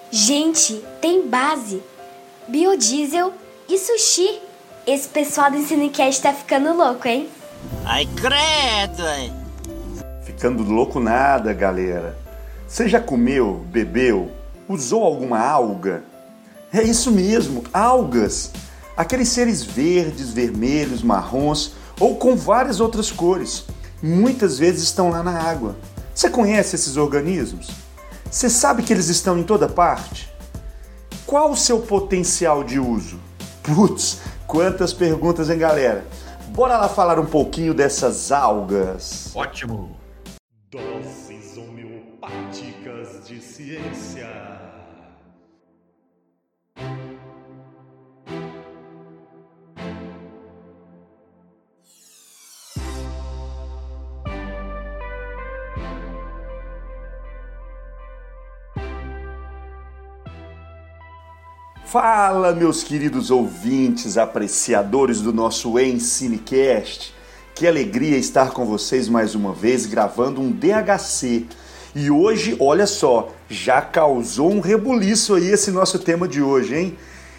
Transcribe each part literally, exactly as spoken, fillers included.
Gente, tem base, biodiesel e sushi. Esse pessoal do EnsinoCast tá ficando louco, hein? Ai, credo, hein? Ficando louco nada, galera. Você já comeu, bebeu, usou alguma alga? É isso mesmo, algas. Aqueles seres verdes, vermelhos, marrons ou com várias outras cores. Muitas vezes estão lá na água. Você conhece esses organismos? Você sabe que eles estão em toda parte? Qual o seu potencial de uso? Putz, quantas perguntas, hein, galera? Bora lá falar um pouquinho dessas algas. Ótimo! Doses homeopáticas de ciência. Fala, meus queridos ouvintes, apreciadores do nosso EnsinoCast. Que alegria estar com vocês mais uma vez gravando um D H C. E hoje, olha só, já causou um rebuliço aí esse nosso tema de hoje, hein?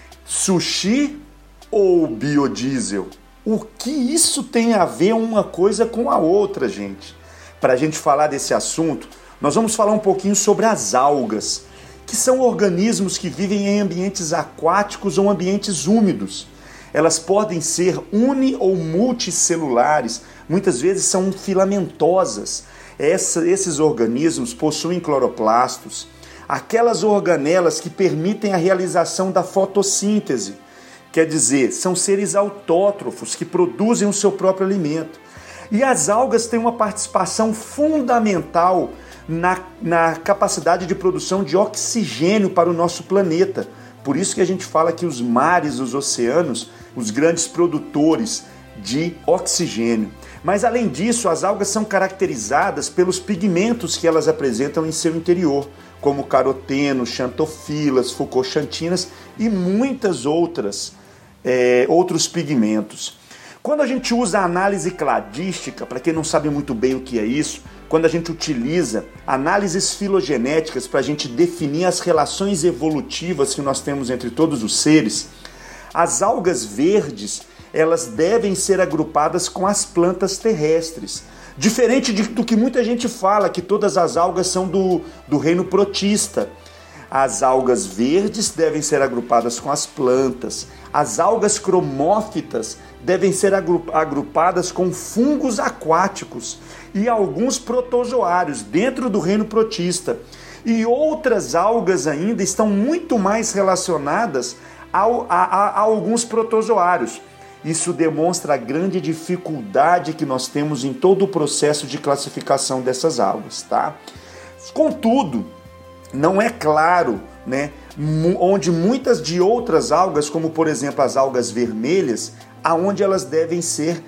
Sushi ou biodiesel? O que isso tem a ver uma coisa com a outra, gente? Para a gente falar desse assunto, nós vamos falar um pouquinho sobre as algas, que são organismos que vivem em ambientes aquáticos ou ambientes úmidos. Elas podem ser uni- ou multicelulares, muitas vezes são filamentosas. Essa, esses organismos possuem cloroplastos, aquelas organelas que permitem a realização da fotossíntese. Quer dizer, são seres autótrofos que produzem o seu próprio alimento. E as algas têm uma participação fundamental na, na capacidade de produção de oxigênio para o nosso planeta. Por isso que a gente fala que os mares, os oceanos, os grandes produtores de oxigênio. Mas além disso, as algas são caracterizadas pelos pigmentos que elas apresentam em seu interior, como caroteno, xantofilas, fucoxantinas e muitas outras, é, outros pigmentos. Quando a gente usa a análise cladística, para quem não sabe muito bem o que é isso, quando a gente utiliza análises filogenéticas para a gente definir as relações evolutivas que nós temos entre todos os seres, as algas verdes, elas devem ser agrupadas com as plantas terrestres. Diferente de, do que muita gente fala, que todas as algas são do, do reino protista. As algas verdes devem ser agrupadas com as plantas. As algas cromófitas devem ser agrupadas com fungos aquáticos e alguns protozoários dentro do reino protista. E outras algas ainda estão muito mais relacionadas ao, a, a, a alguns protozoários. Isso demonstra a grande dificuldade que nós temos em todo o processo de classificação dessas algas, tá? Contudo, não é claro, né, onde muitas de outras algas, como por exemplo as algas vermelhas, aonde elas devem ser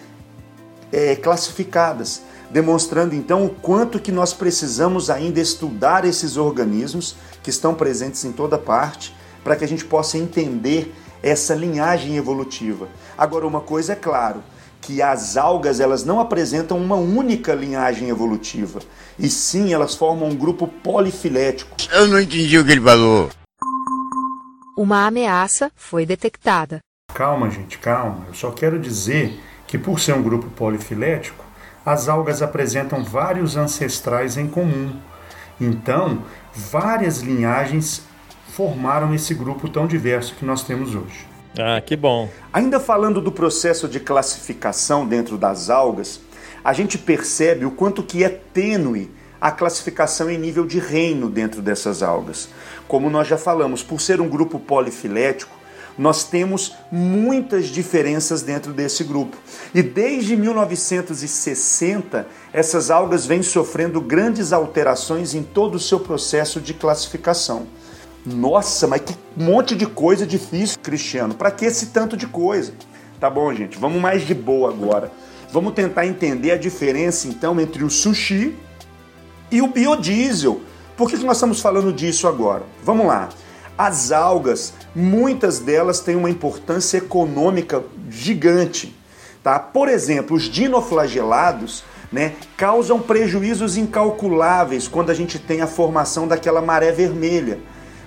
é, classificadas, demonstrando então o quanto que nós precisamos ainda estudar esses organismos que estão presentes em toda parte, para que a gente possa entender essa linhagem evolutiva. Agora, uma coisa é claro, que as algas elas não apresentam uma única linhagem evolutiva, e sim elas formam um grupo polifilético. Eu não entendi o que ele falou. Uma ameaça foi detectada. Calma, gente, calma. Eu só quero dizer que por ser um grupo polifilético, as algas apresentam vários ancestrais em comum. Então, várias linhagens formaram esse grupo tão diverso que nós temos hoje. Ah, que bom. Ainda falando do processo de classificação dentro das algas, a gente percebe o quanto que é tênue a classificação em nível de reino dentro dessas algas. Como nós já falamos, por ser um grupo polifilético, nós temos muitas diferenças dentro desse grupo. E desde mil novecentos e sessenta, essas algas vêm sofrendo grandes alterações em todo o seu processo de classificação. Nossa, mas que monte de coisa difícil, Cristiano. Para que esse tanto de coisa? Tá bom, gente, vamos mais de boa agora. Vamos tentar entender a diferença, então, entre o sushi e o biodiesel. Por que nós estamos falando disso agora? Vamos lá. As algas, muitas delas têm uma importância econômica gigante. Tá? Por exemplo, os dinoflagelados, né, causam prejuízos incalculáveis quando a gente tem a formação daquela maré vermelha.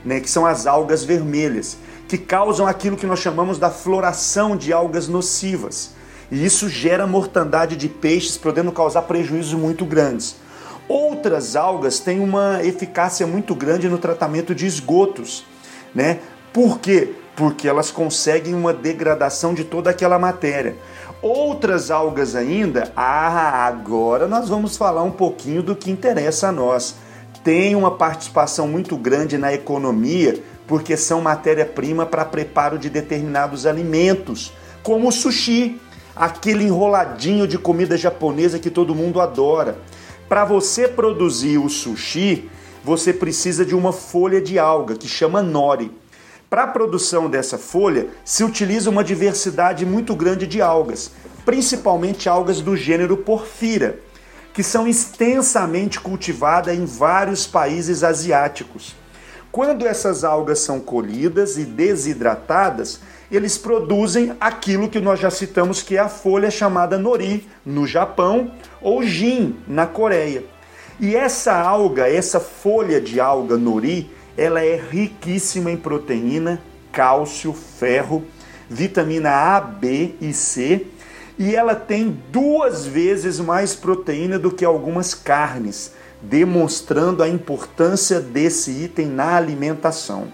né, que são as algas vermelhas, que causam aquilo que nós chamamos da floração de algas nocivas. E isso gera mortandade de peixes, podendo causar prejuízos muito grandes. Outras algas têm uma eficácia muito grande no tratamento de esgotos, né? Por quê? Porque elas conseguem uma degradação de toda aquela matéria. Outras algas ainda, ah, agora nós vamos falar um pouquinho do que interessa a nós. Tem uma participação muito grande na economia, porque são matéria-prima para preparo de determinados alimentos, como o sushi, aquele enroladinho de comida japonesa que todo mundo adora. Para você produzir o sushi, você precisa de uma folha de alga que chama nori. Para a produção dessa folha, se utiliza uma diversidade muito grande de algas, principalmente algas do gênero Porphyra, que são extensamente cultivadas em vários países asiáticos. Quando essas algas são colhidas e desidratadas, eles produzem aquilo que nós já citamos, que é a folha chamada nori no Japão ou jin na Coreia. E essa alga, essa folha de alga nori, ela é riquíssima em proteína, cálcio, ferro, vitamina A, B e C, e ela tem duas vezes mais proteína do que algumas carnes, demonstrando a importância desse item na alimentação.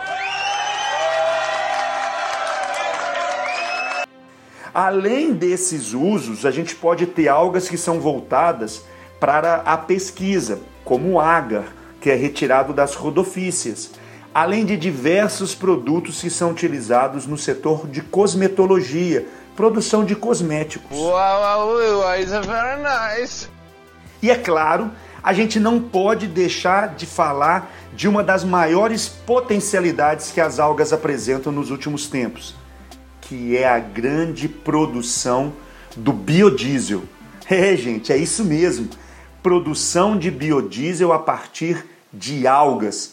Além desses usos, a gente pode ter algas que são voltadas para a pesquisa, como o agar, que é retirado das rodofícias, além de diversos produtos que são utilizados no setor de cosmetologia, produção de cosméticos. Wow, wow, is very nice. E é claro, a gente não pode deixar de falar de uma das maiores potencialidades que as algas apresentam nos últimos tempos, que é a grande produção do biodiesel. É, gente, é isso mesmo. Produção de biodiesel a partir de algas.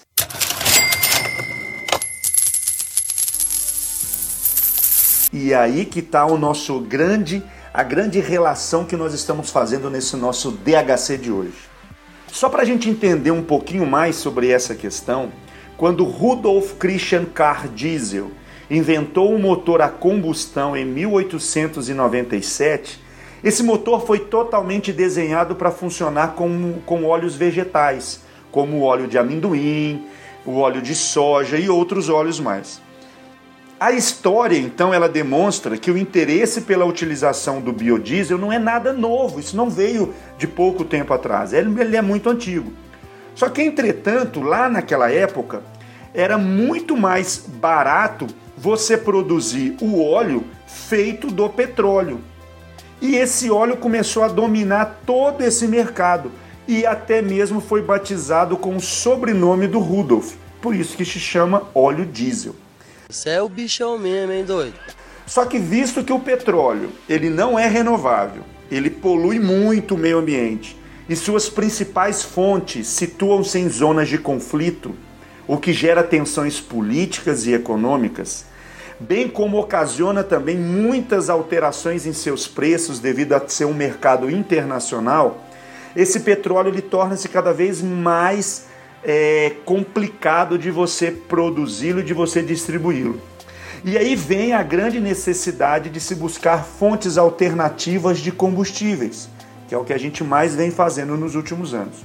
E aí que está o nosso grande, a grande relação que nós estamos fazendo nesse nosso D H C de hoje. Só para a gente entender um pouquinho mais sobre essa questão, quando Rudolf Christian Carl Diesel inventou um motor a combustão em mil oitocentos e noventa e sete, esse motor foi totalmente desenhado para funcionar com, com óleos vegetais, como o óleo de amendoim, o óleo de soja e outros óleos mais. A história, então, ela demonstra que o interesse pela utilização do biodiesel não é nada novo, isso não veio de pouco tempo atrás, ele é muito antigo. Só que, entretanto, lá naquela época, era muito mais barato você produzir o óleo feito do petróleo. E esse óleo começou a dominar todo esse mercado e até mesmo foi batizado com o sobrenome do Rudolf, por isso que se chama óleo diesel. Você é o bichão mesmo, hein, doido? Só que visto que o petróleo ele não é renovável, ele polui muito o meio ambiente e suas principais fontes situam-se em zonas de conflito, o que gera tensões políticas e econômicas, bem como ocasiona também muitas alterações em seus preços devido a ser um mercado internacional, esse petróleo ele torna-se cada vez mais é, complicado de você produzi-lo e de você distribuí-lo. E aí vem a grande necessidade de se buscar fontes alternativas de combustíveis, que é o que a gente mais vem fazendo nos últimos anos.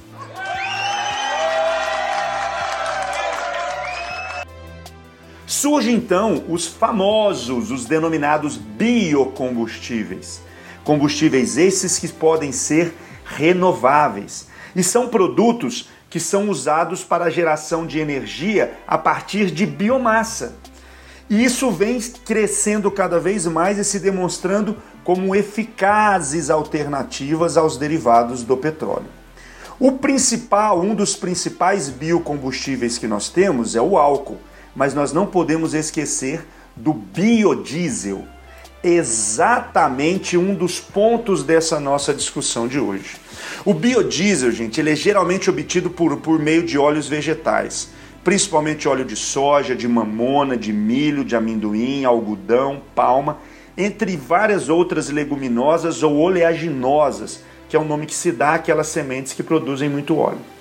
Surgem então os famosos, os denominados biocombustíveis. Combustíveis esses que podem ser renováveis. E são produtos que são usados para a geração de energia a partir de biomassa. E isso vem crescendo cada vez mais e se demonstrando como eficazes alternativas aos derivados do petróleo. O principal, um dos principais biocombustíveis que nós temos é o álcool. Mas nós não podemos esquecer do biodiesel, exatamente um dos pontos dessa nossa discussão de hoje. O biodiesel, gente, ele é geralmente obtido por, por meio de óleos vegetais, principalmente óleo de soja, de mamona, de milho, de amendoim, algodão, palma, entre várias outras leguminosas ou oleaginosas, que é o nome que se dá àquelas sementes que produzem muito óleo.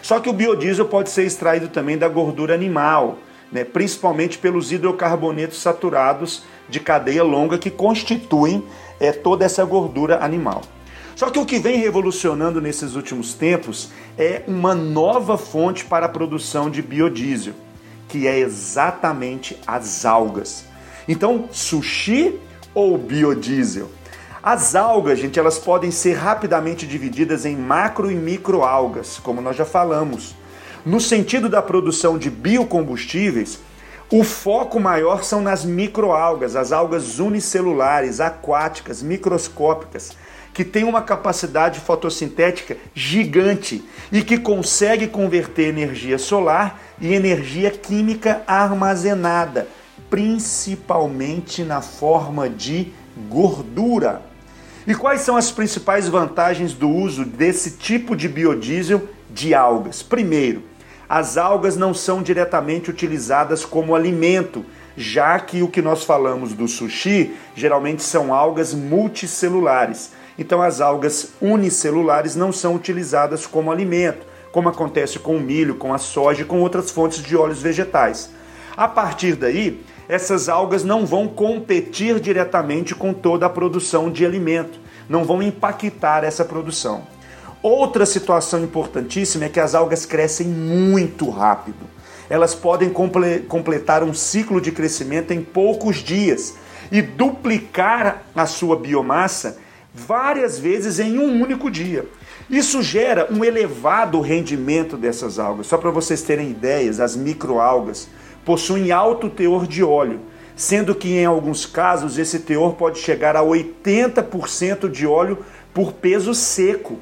Só que o biodiesel pode ser extraído também da gordura animal, né? Principalmente pelos hidrocarbonetos saturados de cadeia longa que constituem é, toda essa gordura animal. Só que o que vem revolucionando nesses últimos tempos é uma nova fonte para a produção de biodiesel, que é exatamente as algas. Então, sushi ou biodiesel? As algas, gente, elas podem ser rapidamente divididas em macro e microalgas, como nós já falamos. No sentido da produção de biocombustíveis, o foco maior são nas microalgas, as algas unicelulares, aquáticas, microscópicas, que têm uma capacidade fotossintética gigante e que consegue converter energia solar em energia química armazenada, principalmente na forma de gordura. E quais são as principais vantagens do uso desse tipo de biodiesel de algas? Primeiro, as algas não são diretamente utilizadas como alimento, já que o que nós falamos do sushi geralmente são algas multicelulares. Então as algas unicelulares não são utilizadas como alimento, como acontece com o milho, com a soja e com outras fontes de óleos vegetais. A partir daí, essas algas não vão competir diretamente com toda a produção de alimento, não vão impactar essa produção. Outra situação importantíssima é que as algas crescem muito rápido. Elas podem comple- completar um ciclo de crescimento em poucos dias e duplicar a sua biomassa várias vezes em um único dia. Isso gera um elevado rendimento dessas algas. Só para vocês terem ideias, as microalgas possuem alto teor de óleo, sendo que em alguns casos esse teor pode chegar a oitenta por cento de óleo por peso seco.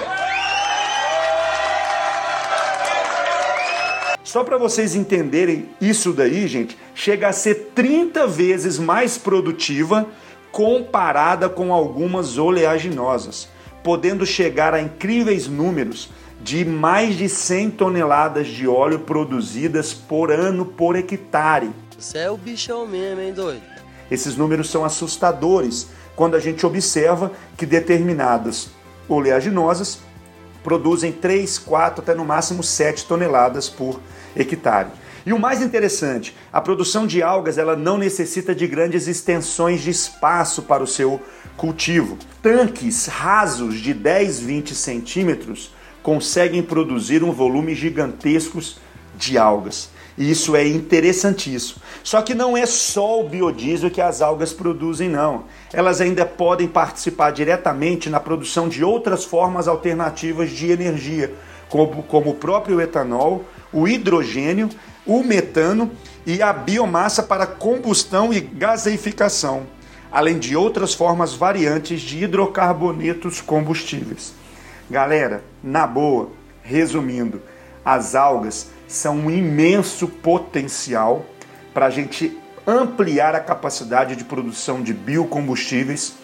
Só para vocês entenderem isso daí, gente, chega a ser trinta vezes mais produtiva comparada com algumas oleaginosas, podendo chegar a incríveis números de mais de cem toneladas de óleo produzidas por ano por hectare. Você é o bichão mesmo, hein, doido? Esses números são assustadores quando a gente observa que determinadas oleaginosas produzem três, quatro, até no máximo sete toneladas por hectare. E o mais interessante, a produção de algas ela não necessita de grandes extensões de espaço para o seu cultivo. Tanques rasos de dez, vinte centímetros conseguem produzir um volume gigantesco de algas. E isso é interessantíssimo. Só que não é só o biodiesel que as algas produzem, não. Elas ainda podem participar diretamente na produção de outras formas alternativas de energia, como, como o próprio etanol, o hidrogênio, o metano e a biomassa para combustão e gaseificação, além de outras formas variantes de hidrocarbonetos combustíveis. Galera, na boa, resumindo, as algas são um imenso potencial para a gente ampliar a capacidade de produção de biocombustíveis,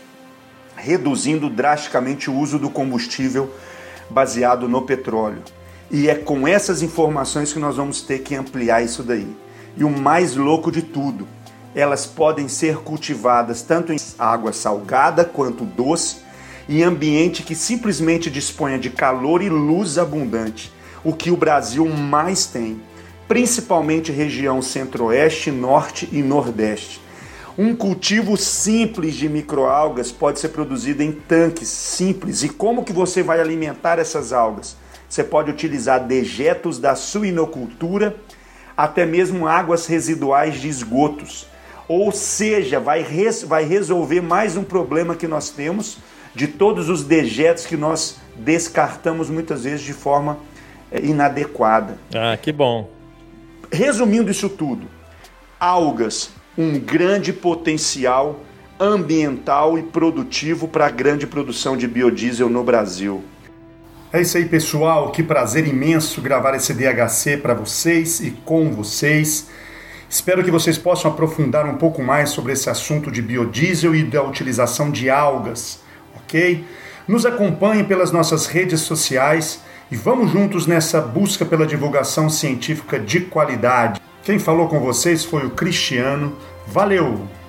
reduzindo drasticamente o uso do combustível baseado no petróleo. E é com essas informações que nós vamos ter que ampliar isso daí. E o mais louco de tudo, elas podem ser cultivadas tanto em água salgada quanto doce, em ambiente que simplesmente disponha de calor e luz abundante, o que o Brasil mais tem, principalmente região centro-oeste, norte e nordeste. Um cultivo simples de microalgas pode ser produzido em tanques simples. E como que você vai alimentar essas algas? Você pode utilizar dejetos da suinocultura, até mesmo águas residuais de esgotos. Ou seja, vai, res, vai resolver mais um problema que nós temos de todos os dejetos que nós descartamos muitas vezes de forma é, inadequada. Ah, que bom. Resumindo isso tudo, algas, um grande potencial ambiental e produtivo para a grande produção de biodiesel no Brasil. É isso aí, pessoal. Que prazer imenso gravar esse D H C para vocês e com vocês. Espero que vocês possam aprofundar um pouco mais sobre esse assunto de biodiesel e da utilização de algas, ok? Nos acompanhem pelas nossas redes sociais e vamos juntos nessa busca pela divulgação científica de qualidade. Quem falou com vocês foi o Cristiano. Valeu!